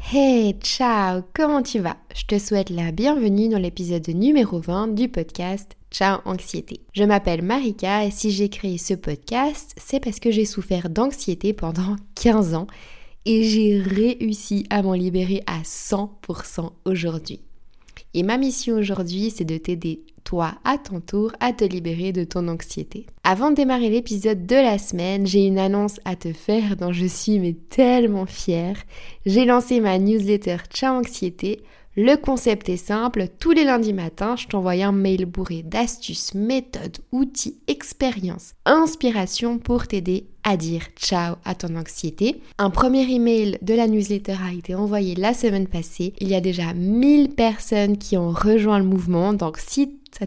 Hey, ciao, comment tu vas? Je te souhaite la bienvenue dans l'épisode numéro 20 du podcast Ciao Anxiété. Je m'appelle Marika et si j'ai créé ce podcast, c'est parce que j'ai souffert d'anxiété pendant 15 ans et j'ai réussi à m'en libérer à 100% aujourd'hui. Et ma mission aujourd'hui, c'est de t'aider, toi, à ton tour, à te libérer de ton anxiété. Avant de démarrer l'épisode de la semaine, j'ai une annonce à te faire dont je suis tellement fière. J'ai lancé ma newsletter Ciao Anxiété. Le concept est simple, tous les lundis matins, je t'envoie un mail bourré d'astuces, méthodes, outils, expériences, inspirations pour t'aider à dire ciao à ton anxiété. Un premier email de la newsletter a été envoyé la semaine passée. Il y a déjà 1000 personnes qui ont rejoint le mouvement, donc si ça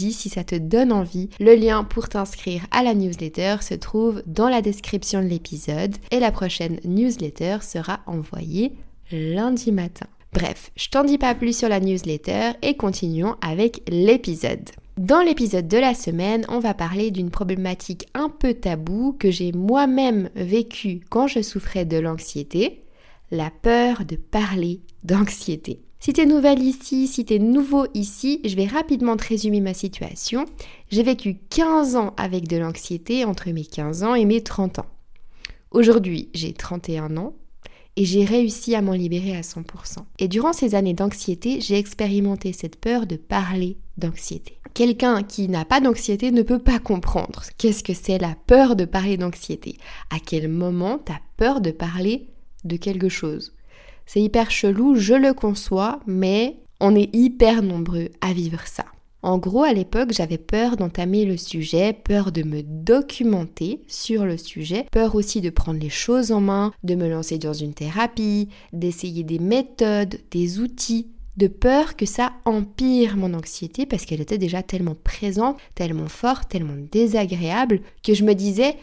te donne envie, le lien pour t'inscrire à la newsletter se trouve dans la description de l'épisode et la prochaine newsletter sera envoyée lundi matin. Bref, je t'en dis pas plus sur la newsletter et continuons avec l'épisode. Dans l'épisode de la semaine, on va parler d'une problématique un peu taboue que j'ai moi-même vécue quand je souffrais de l'anxiété, la peur de parler d'anxiété. Si t'es nouvelle ici, si t'es nouveau ici, je vais rapidement te résumer ma situation. J'ai vécu 15 ans avec de l'anxiété entre mes 15 ans et mes 30 ans. Aujourd'hui, j'ai 31 ans. Et j'ai réussi à m'en libérer à 100%. Et durant ces années d'anxiété, j'ai expérimenté cette peur de parler d'anxiété. Quelqu'un qui n'a pas d'anxiété ne peut pas comprendre qu'est-ce que c'est la peur de parler d'anxiété. À quel moment tu as peur de parler de quelque chose? C'est hyper chelou, je le conçois, mais on est hyper nombreux à vivre ça. En gros, à l'époque, j'avais peur d'entamer le sujet, peur de me documenter sur le sujet, peur aussi de prendre les choses en main, de me lancer dans une thérapie, d'essayer des méthodes, des outils, de peur que ça empire mon anxiété parce qu'elle était déjà tellement présente, tellement forte, tellement désagréable que je me disais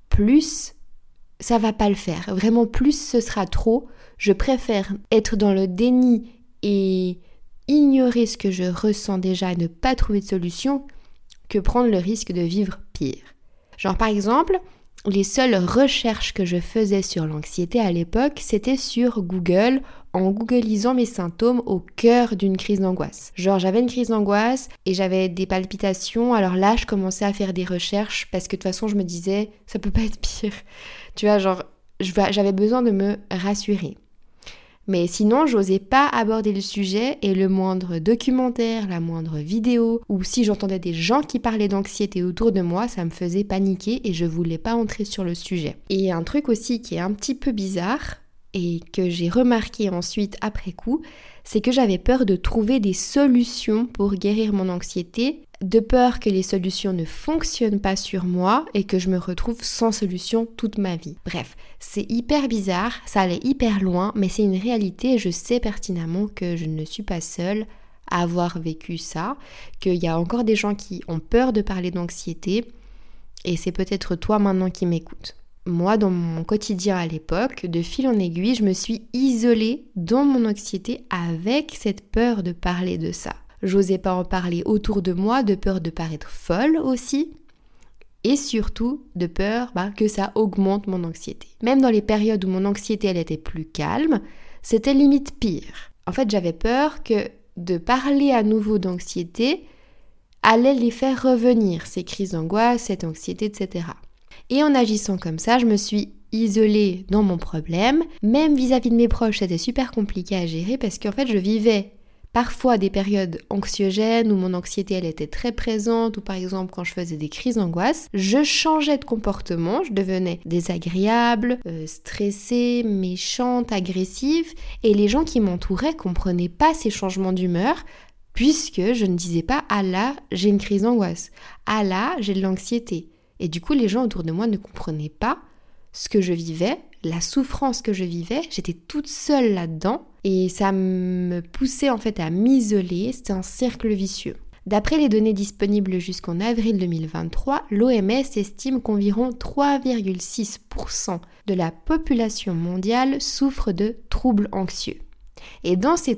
plus ça va pas le faire, vraiment plus ce sera trop, je préfère être dans le déni et ignorer ce que je ressens déjà et ne pas trouver de solution que prendre le risque de vivre pire. Genre par exemple, les seules recherches que je faisais sur l'anxiété à l'époque, c'était sur Google, en googlisant mes symptômes au cœur d'une crise d'angoisse. Genre j'avais une crise d'angoisse et j'avais des palpitations, alors là je commençais à faire des recherches parce que de toute façon je me disais ça peut pas être pire. Tu vois, genre j'avais besoin de me rassurer. Mais sinon, j'osais pas aborder le sujet et le moindre documentaire, la moindre vidéo, ou si j'entendais des gens qui parlaient d'anxiété autour de moi, ça me faisait paniquer et je voulais pas entrer sur le sujet. Et un truc aussi qui est un petit peu bizarre et que j'ai remarqué ensuite après coup, c'est que j'avais peur de trouver des solutions pour guérir mon anxiété, de peur que les solutions ne fonctionnent pas sur moi et que je me retrouve sans solution toute ma vie. Bref, c'est hyper bizarre, ça allait hyper loin, mais c'est une réalité et je sais pertinemment que je ne suis pas seule à avoir vécu ça, qu'il y a encore des gens qui ont peur de parler d'anxiété et c'est peut-être toi maintenant qui m'écoutes. Moi, dans mon quotidien à l'époque, de fil en aiguille, je me suis isolée dans mon anxiété avec cette peur de parler de ça. J'osais pas en parler autour de moi, de peur de paraître folle aussi. Et surtout, de peur que ça augmente mon anxiété. Même dans les périodes où mon anxiété elle était plus calme, c'était limite pire. En fait, j'avais peur que de parler à nouveau d'anxiété allait les faire revenir, ces crises d'angoisse, cette anxiété, etc. Et en agissant comme ça, je me suis isolée dans mon problème. Même vis-à-vis de mes proches, c'était super compliqué à gérer parce qu'en fait, je vivais parfois des périodes anxiogènes où mon anxiété elle était très présente ou par exemple quand je faisais des crises d'angoisse, je changeais de comportement, je devenais désagréable, stressée, méchante, agressive et les gens qui m'entouraient comprenaient pas ces changements d'humeur puisque je ne disais pas « Ah là, j'ai une crise d'angoisse »,« Ah là, j'ai de l'anxiété ». Et du coup, les gens autour de moi ne comprenaient pas ce que je vivais, la souffrance que je vivais, j'étais toute seule là-dedans et ça me poussait en fait à m'isoler, c'était un cercle vicieux. D'après les données disponibles jusqu'en avril 2023, l'OMS estime qu'environ 3,6% de la population mondiale souffre de troubles anxieux. Et dans ces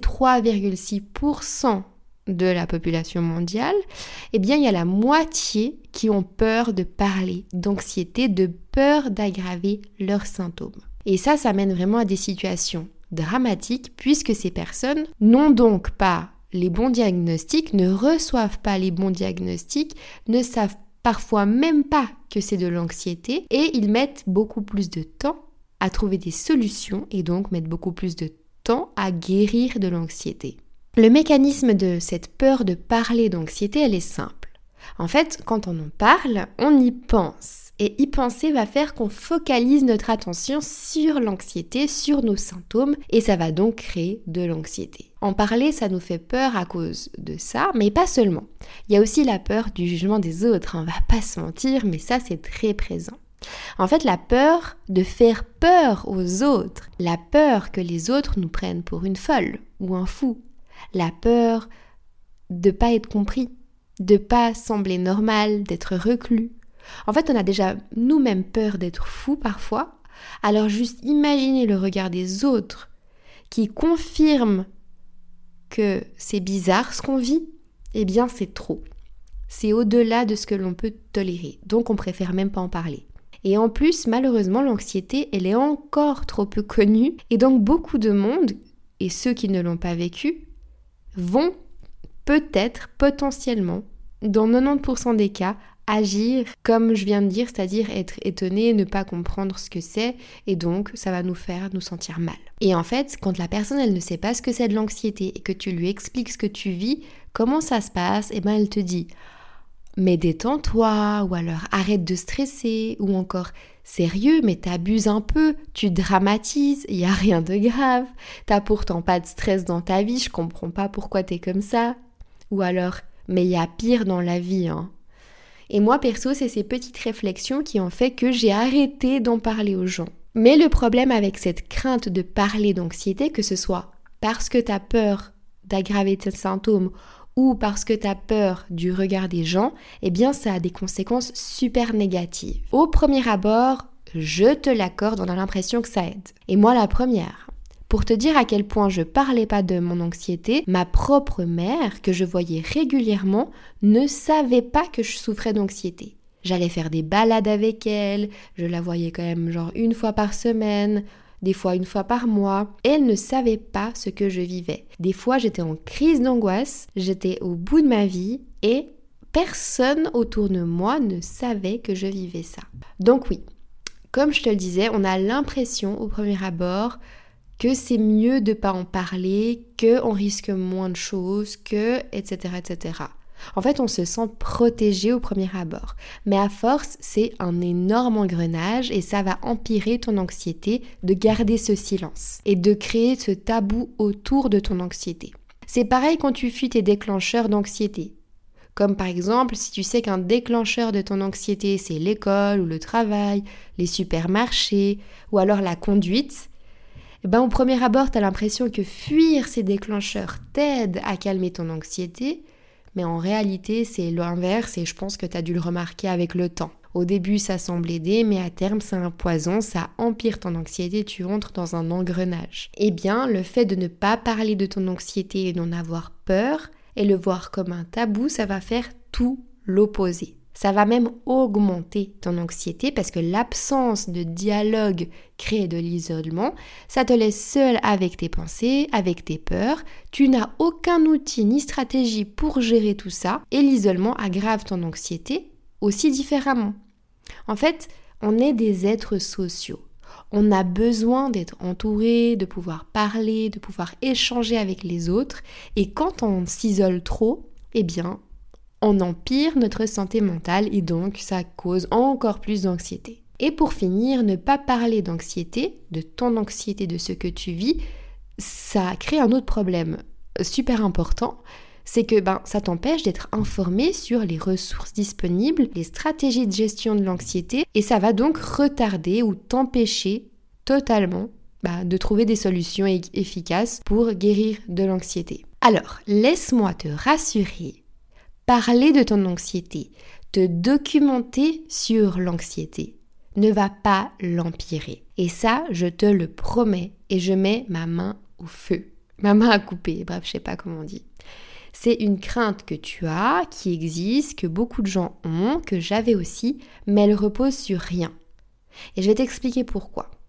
3,6% de la population mondiale, eh bien il y a la moitié qui ont peur de parler d'anxiété, de peur d'aggraver leurs symptômes. Et ça mène vraiment à des situations dramatique puisque ces personnes n'ont donc pas les bons diagnostics, ne reçoivent pas les bons diagnostics, ne savent parfois même pas que c'est de l'anxiété et ils mettent beaucoup plus de temps à trouver des solutions et donc mettent beaucoup plus de temps à guérir de l'anxiété. Le mécanisme de cette peur de parler d'anxiété, elle est simple. En fait, quand on en parle, on y pense. Et y penser va faire qu'on focalise notre attention sur l'anxiété, sur nos symptômes, et ça va donc créer de l'anxiété. En parler, ça nous fait peur à cause de ça, mais pas seulement. Il y a aussi la peur du jugement des autres, on va pas se mentir, mais ça c'est très présent. En fait, la peur de faire peur aux autres, la peur que les autres nous prennent pour une folle ou un fou, la peur de pas être compris, de pas sembler normal, d'être reclus. En fait, on a déjà nous-mêmes peur d'être fous parfois, alors juste imaginez le regard des autres qui confirment que c'est bizarre ce qu'on vit, eh bien c'est trop. C'est au-delà de ce que l'on peut tolérer, donc on préfère même pas en parler. Et en plus, malheureusement, l'anxiété, elle est encore trop peu connue, et donc beaucoup de monde, et ceux qui ne l'ont pas vécu, vont peut-être, potentiellement, dans 90% des cas, agir comme je viens de dire, c'est-à-dire être étonné, ne pas comprendre ce que c'est, et donc ça va nous faire nous sentir mal. Et en fait, quand la personne elle ne sait pas ce que c'est de l'anxiété et que tu lui expliques ce que tu vis, comment ça se passe, et ben elle te dit « mais détends-toi » ou alors « arrête de stresser » ou encore « sérieux, mais t'abuses un peu, tu dramatises, il n'y a rien de grave, t'as pourtant pas de stress dans ta vie, je comprends pas pourquoi t'es comme ça » ou alors « mais il y a pire dans la vie, hein ». Et moi, perso, c'est ces petites réflexions qui ont fait que j'ai arrêté d'en parler aux gens. Mais le problème avec cette crainte de parler d'anxiété, que ce soit parce que tu as peur d'aggraver tes symptômes ou parce que tu as peur du regard des gens, eh bien ça a des conséquences super négatives. Au premier abord, je te l'accorde, on a l'impression que ça aide. Et moi, la première. Pour te dire à quel point je parlais pas de mon anxiété, ma propre mère, que je voyais régulièrement, ne savait pas que je souffrais d'anxiété. J'allais faire des balades avec elle, je la voyais quand même genre une fois par semaine, des fois une fois par mois, et elle ne savait pas ce que je vivais. Des fois j'étais en crise d'angoisse, j'étais au bout de ma vie et personne autour de moi ne savait que je vivais ça. Donc oui, comme je te le disais, on a l'impression au premier abord que c'est mieux de ne pas en parler, qu'on risque moins de choses, que etc. etc. En fait, on se sent protégé au premier abord. Mais à force, c'est un énorme engrenage et ça va empirer ton anxiété de garder ce silence et de créer ce tabou autour de ton anxiété. C'est pareil quand tu fuis tes déclencheurs d'anxiété. Comme par exemple, si tu sais qu'un déclencheur de ton anxiété, c'est l'école ou le travail, les supermarchés ou alors la conduite, au premier abord, tu as l'impression que fuir ces déclencheurs t'aide à calmer ton anxiété, mais en réalité, c'est l'inverse et je pense que tu as dû le remarquer avec le temps. Au début, ça semble aider, mais à terme, c'est un poison, ça empire ton anxiété, tu entres dans un engrenage. Eh bien, le fait de ne pas parler de ton anxiété et d'en avoir peur et le voir comme un tabou, ça va faire tout l'opposé. Ça va même augmenter ton anxiété parce que l'absence de dialogue crée de l'isolement. Ça te laisse seul avec tes pensées, avec tes peurs. Tu n'as aucun outil ni stratégie pour gérer tout ça et l'isolement aggrave ton anxiété aussi différemment. En fait, on est des êtres sociaux. On a besoin d'être entouré, de pouvoir parler, de pouvoir échanger avec les autres. Et quand on s'isole trop, eh bien, on empire notre santé mentale et donc ça cause encore plus d'anxiété. Et pour finir, ne pas parler d'anxiété, de ton anxiété, de ce que tu vis, ça crée un autre problème super important, c'est que ça t'empêche d'être informé sur les ressources disponibles, les stratégies de gestion de l'anxiété et ça va donc retarder ou t'empêcher totalement de trouver des solutions efficaces pour guérir de l'anxiété. Alors, laisse-moi te rassurer. Parler de ton anxiété, te documenter sur l'anxiété ne va pas l'empirer. Et ça, je te le promets et je mets ma main au feu. Ma main à couper, bref, je sais pas comment on dit. C'est une crainte que tu as, qui existe, que beaucoup de gens ont, que j'avais aussi, mais elle repose sur rien. Et je vais t'expliquer pourquoi.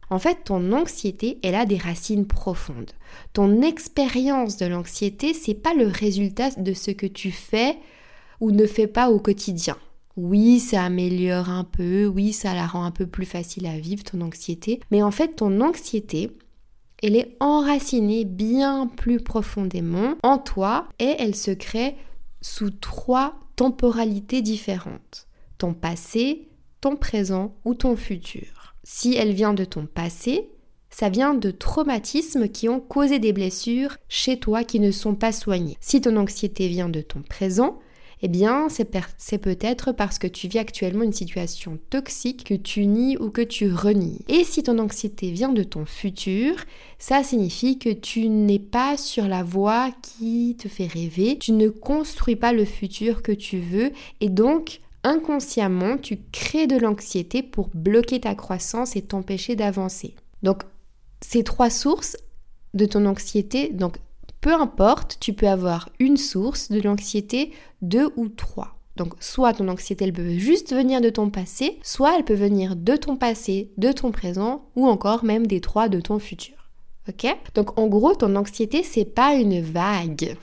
En fait, ton anxiété, elle a des racines profondes. Ton expérience de l'anxiété, c'est pas le résultat de ce que tu fais ou ne fais pas au quotidien. Oui, ça améliore un peu, oui, ça la rend un peu plus facile à vivre, ton anxiété. Mais en fait, ton anxiété, elle est enracinée bien plus profondément en toi et elle se crée sous 3 temporalités différentes. Ton passé, ton présent ou ton futur. Si elle vient de ton passé, ça vient de traumatismes qui ont causé des blessures chez toi qui ne sont pas soignées. Si ton anxiété vient de ton présent, eh bien, c'est peut-être parce que tu vis actuellement une situation toxique que tu nies ou que tu renies. Et si ton anxiété vient de ton futur, ça signifie que tu n'es pas sur la voie qui te fait rêver, tu ne construis pas le futur que tu veux et donc inconsciemment, tu crées de l'anxiété pour bloquer ta croissance et t'empêcher d'avancer. Donc, ces 3 sources de ton anxiété, donc peu importe, tu peux avoir une source de l'anxiété, 2 ou 3. Donc soit ton anxiété, elle peut juste venir de ton passé, soit elle peut venir de ton passé, de ton présent, ou encore même des 3 de ton futur. Ok ? Donc en gros, ton anxiété, c'est pas une vague.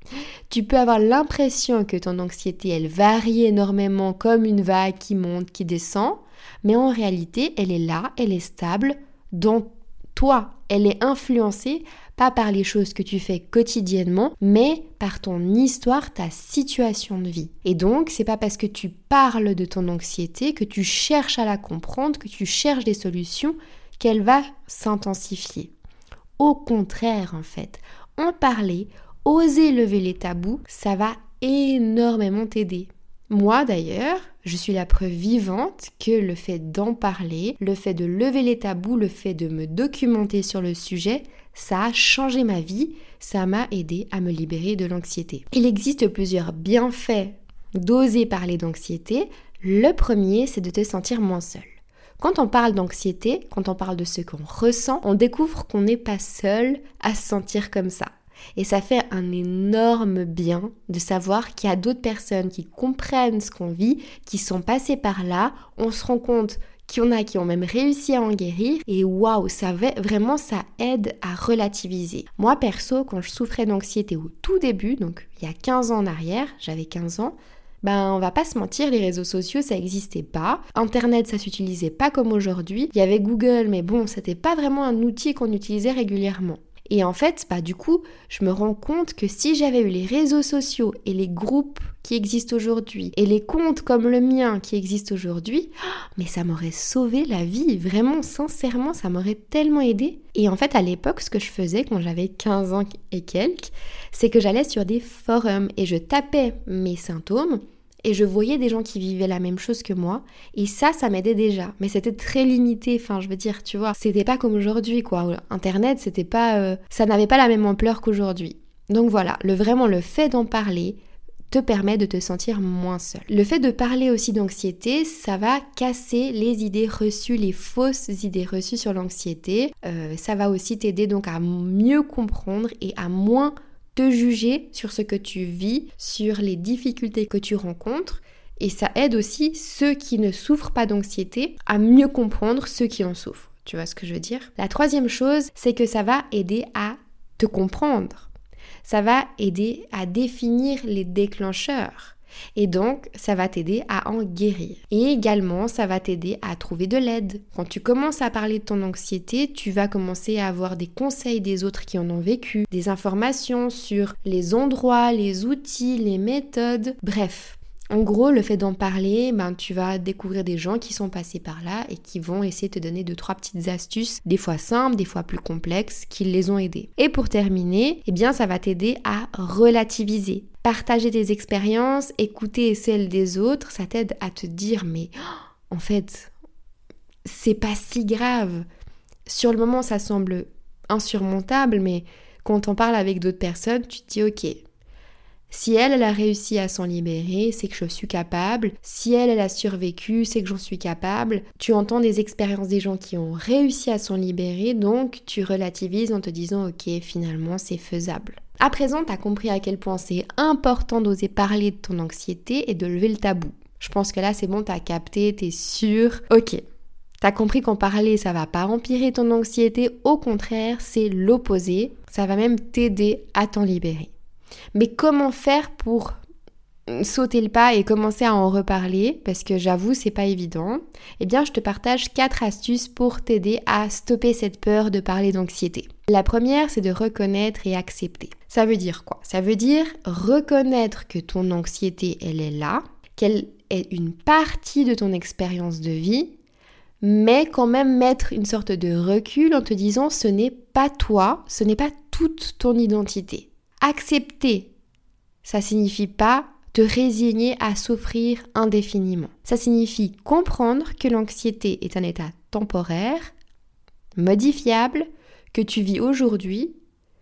Tu peux avoir l'impression que ton anxiété, elle varie énormément comme une vague qui monte, qui descend, mais en réalité, elle est là, elle est stable dans toi. Elle est influencée pas par les choses que tu fais quotidiennement, mais par ton histoire, ta situation de vie. Et donc, c'est pas parce que tu parles de ton anxiété, que tu cherches à la comprendre, que tu cherches des solutions, qu'elle va s'intensifier. Au contraire, en fait, en parler, oser lever les tabous, ça va énormément t'aider. Moi d'ailleurs, je suis la preuve vivante que le fait d'en parler, le fait de lever les tabous, le fait de me documenter sur le sujet, ça a changé ma vie, ça m'a aidé à me libérer de l'anxiété. Il existe plusieurs bienfaits d'oser parler d'anxiété. Le premier, c'est de te sentir moins seul. Quand on parle d'anxiété, quand on parle de ce qu'on ressent, on découvre qu'on n'est pas seul à se sentir comme ça. Et ça fait un énorme bien de savoir qu'il y a d'autres personnes qui comprennent ce qu'on vit, qui sont passées par là. On se rend compte qu'il y en a qui ont même réussi à en guérir. Et waouh, ça aide à relativiser. Moi perso, quand je souffrais d'anxiété au tout début, donc il y a 15 ans en arrière, j'avais 15 ans, on va pas se mentir, les réseaux sociaux, ça n'existait pas. Internet, ça s'utilisait pas comme aujourd'hui. Il y avait Google, mais bon, c'était pas vraiment un outil qu'on utilisait régulièrement. Et en fait, du coup, je me rends compte que si j'avais eu les réseaux sociaux et les groupes qui existent aujourd'hui et les comptes comme le mien qui existent aujourd'hui, mais ça m'aurait sauvé la vie. Vraiment, sincèrement, ça m'aurait tellement aidé. Et en fait, à l'époque, ce que je faisais quand j'avais 15 ans et quelques, c'est que j'allais sur des forums et je tapais mes symptômes et je voyais des gens qui vivaient la même chose que moi et ça m'aidait déjà. Mais c'était très limité, tu vois, c'était pas comme aujourd'hui, quoi. Internet, c'était pas, ça n'avait pas la même ampleur qu'aujourd'hui. Donc voilà, le fait d'en parler te permet de te sentir moins seul. Le fait de parler aussi d'anxiété, ça va casser les idées reçues, les fausses idées reçues sur l'anxiété. Ça va aussi t'aider donc à mieux comprendre et à moins te juger sur ce que tu vis, sur les difficultés que tu rencontres. Et ça aide aussi ceux qui ne souffrent pas d'anxiété à mieux comprendre ceux qui en souffrent. Tu vois ce que je veux dire ? La troisième chose, c'est que ça va aider à te comprendre. Ça va aider à définir les déclencheurs. Et donc, ça va t'aider à en guérir. Et également, ça va t'aider à trouver de l'aide. Quand tu commences à parler de ton anxiété, tu vas commencer à avoir des conseils des autres qui en ont vécu, des informations sur les endroits, les outils, les méthodes, bref. En gros, le fait d'en parler, tu vas découvrir des gens qui sont passés par là et qui vont essayer de te donner 2-3 petites astuces, des fois simples, des fois plus complexes, qui les ont aidés. Et pour terminer, ça va t'aider à relativiser. Partager tes expériences, écouter celles des autres, ça t'aide à te dire en fait, c'est pas si grave. Sur le moment, ça semble insurmontable, mais quand on parle avec d'autres personnes, tu te dis ok, si elle a réussi à s'en libérer, c'est que je suis capable. Si elle a survécu, c'est que j'en suis capable. Tu entends des expériences des gens qui ont réussi à s'en libérer, donc tu relativises en te disant ok, finalement c'est faisable. À présent, tu as compris à quel point c'est important d'oser parler de ton anxiété et de lever le tabou. Je pense que là c'est bon, tu as capté, tu es sûr. Ok, T'as compris qu'en parler, ça va pas empirer ton anxiété, au contraire, c'est l'opposé. Ça va même t'aider à t'en libérer. Mais comment faire pour sauter le pas et commencer à en reparler, parce que j'avoue, c'est pas évident. Eh bien, je te partage 4 astuces pour t'aider à stopper cette peur de parler d'anxiété. La première, c'est de reconnaître et accepter. Ça veut dire quoi ? Ça veut dire reconnaître que ton anxiété, elle est là, qu'elle est une partie de ton expérience de vie, mais quand même mettre une sorte de recul en te disant ce n'est pas toi, ce n'est pas toute ton identité. Accepter, ça signifie pas te résigner à souffrir indéfiniment. Ça signifie comprendre que l'anxiété est un état temporaire, modifiable, que tu vis aujourd'hui,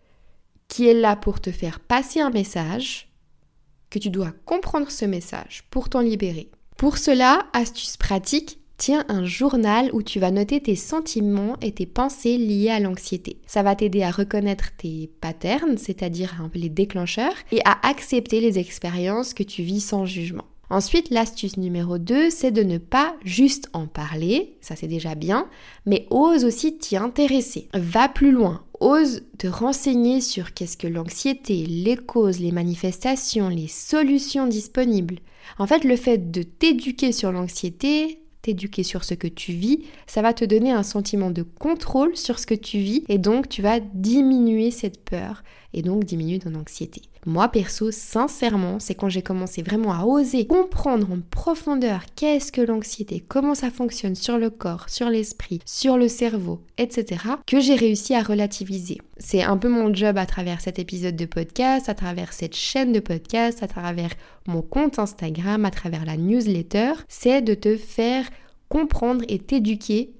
qui est là pour te faire passer un message, que tu dois comprendre ce message pour t'en libérer. Pour cela, astuce pratique, tiens un journal où tu vas noter tes sentiments et tes pensées liées à l'anxiété. Ça va t'aider à reconnaître tes patterns, c'est-à-dire un peu les déclencheurs, et à accepter les expériences que tu vis sans jugement. Ensuite, l'astuce numéro 2, c'est de ne pas juste en parler, ça c'est déjà bien, mais ose aussi t'y intéresser. Va plus loin, ose te renseigner sur qu'est-ce que l'anxiété, les causes, les manifestations, les solutions disponibles. En fait, le fait de t'éduquer sur l'anxiété, t'éduquer sur ce que tu vis, ça va te donner un sentiment de contrôle sur ce que tu vis et donc tu vas diminuer cette peur et donc diminuer ton anxiété. Moi perso, sincèrement, c'est quand j'ai commencé vraiment à oser comprendre en profondeur qu'est-ce que l'anxiété, comment ça fonctionne sur le corps, sur l'esprit, sur le cerveau, etc., que j'ai réussi à relativiser. C'est un peu mon job à travers cet épisode de podcast, à travers cette chaîne de podcast, à travers mon compte Instagram, à travers la newsletter, c'est de te faire comprendre et t'éduquer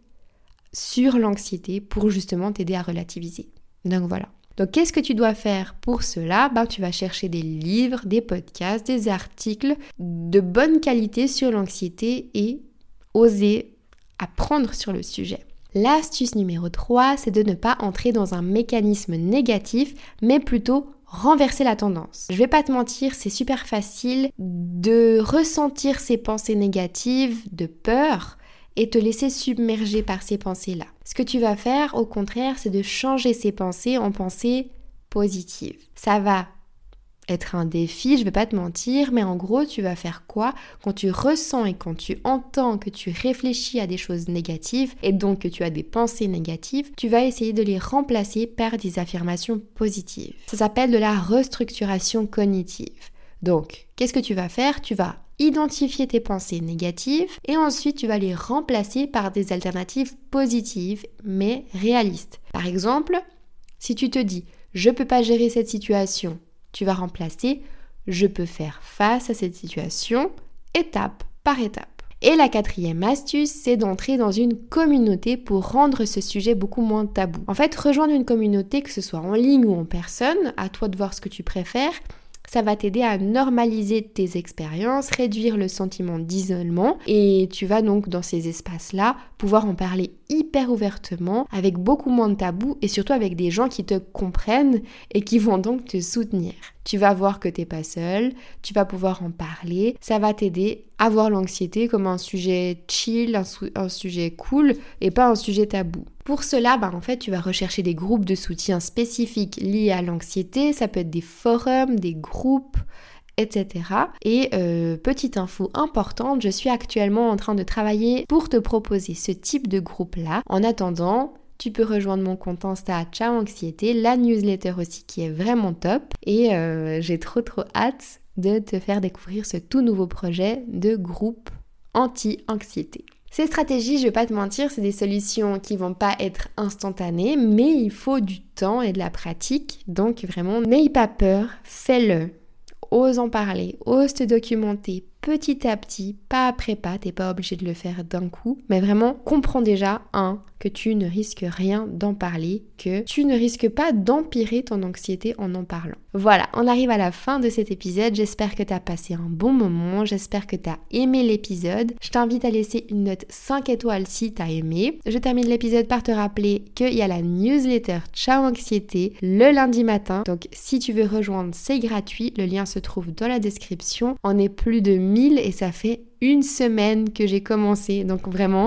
sur l'anxiété pour justement t'aider à relativiser. Donc voilà. Donc qu'est-ce que tu dois faire pour cela ? Tu vas chercher des livres, des podcasts, des articles de bonne qualité sur l'anxiété et oser apprendre sur le sujet. L'astuce numéro 3, c'est de ne pas entrer dans un mécanisme négatif, mais plutôt renverser la tendance. Je vais pas te mentir, c'est super facile de ressentir ces pensées négatives, de peur, et te laisser submerger par ces pensées-là. Ce que tu vas faire, au contraire, c'est de changer ces pensées en pensées positives. Ça va être un défi, je vais pas te mentir, mais en gros, tu vas faire quoi ? Quand tu ressens et quand tu entends que tu réfléchis à des choses négatives et donc que tu as des pensées négatives, tu vas essayer de les remplacer par des affirmations positives. Ça s'appelle de la restructuration cognitive. Donc, qu'est-ce que tu vas faire ? Tu vas identifier tes pensées négatives et ensuite tu vas les remplacer par des alternatives positives mais réalistes. Par exemple, si tu te dis « je peux pas gérer cette situation », tu vas remplacer « je peux faire face à cette situation étape par étape ». Et la 4e astuce, c'est d'entrer dans une communauté pour rendre ce sujet beaucoup moins tabou. En fait, rejoindre une communauté, que ce soit en ligne ou en personne, à toi de voir ce que tu préfères, ça va t'aider à normaliser tes expériences, réduire le sentiment d'isolement et tu vas donc dans ces espaces-là pouvoir en parler hyper ouvertement, avec beaucoup moins de tabous et surtout avec des gens qui te comprennent et qui vont donc te soutenir. Tu vas voir que t'es pas seul, tu vas pouvoir en parler, ça va t'aider à voir l'anxiété comme un sujet chill, un sujet cool et pas un sujet tabou. Pour cela, en fait, tu vas rechercher des groupes de soutien spécifiques liés à l'anxiété, ça peut être des forums, des groupes, etc. Et petite info importante, je suis actuellement en train de travailler pour te proposer ce type de groupe-là. En attendant, tu peux rejoindre mon compte Insta Ciao Anxiété, la newsletter aussi qui est vraiment top. Et j'ai trop hâte de te faire découvrir ce tout nouveau projet de groupe anti-anxiété. Ces stratégies, je vais pas te mentir, c'est des solutions qui vont pas être instantanées, mais il faut du temps et de la pratique. Donc vraiment, n'aie pas peur, fais-le. Ose en parler, ose te documenter petit à petit, pas après pas, t'es pas obligé de le faire d'un coup, mais vraiment comprends déjà, que tu ne risques rien d'en parler, que tu ne risques pas d'empirer ton anxiété en parlant. Voilà, on arrive à la fin de cet épisode, j'espère que t'as passé un bon moment, j'espère que t'as aimé l'épisode. Je t'invite à laisser une note 5 étoiles si t'as aimé. Je termine l'épisode par te rappeler qu'il y a la newsletter Ciao Anxiété le lundi matin, donc si tu veux rejoindre, c'est gratuit, le lien se trouve dans la description. On est plus de 1000 et ça fait une semaine que j'ai commencé, donc vraiment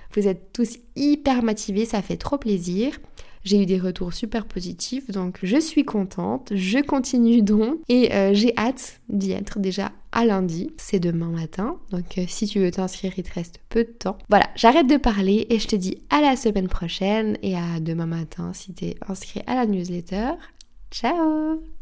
Vous êtes tous hyper motivés, ça fait trop plaisir. J'ai eu des retours super positifs, donc je suis contente, je continue donc et j'ai hâte d'y être déjà à lundi, c'est demain matin, donc si tu veux t'inscrire, il te reste peu de temps. Voilà, j'arrête de parler et je te dis à la semaine prochaine et à demain matin si t'es inscrit à la newsletter. Ciao!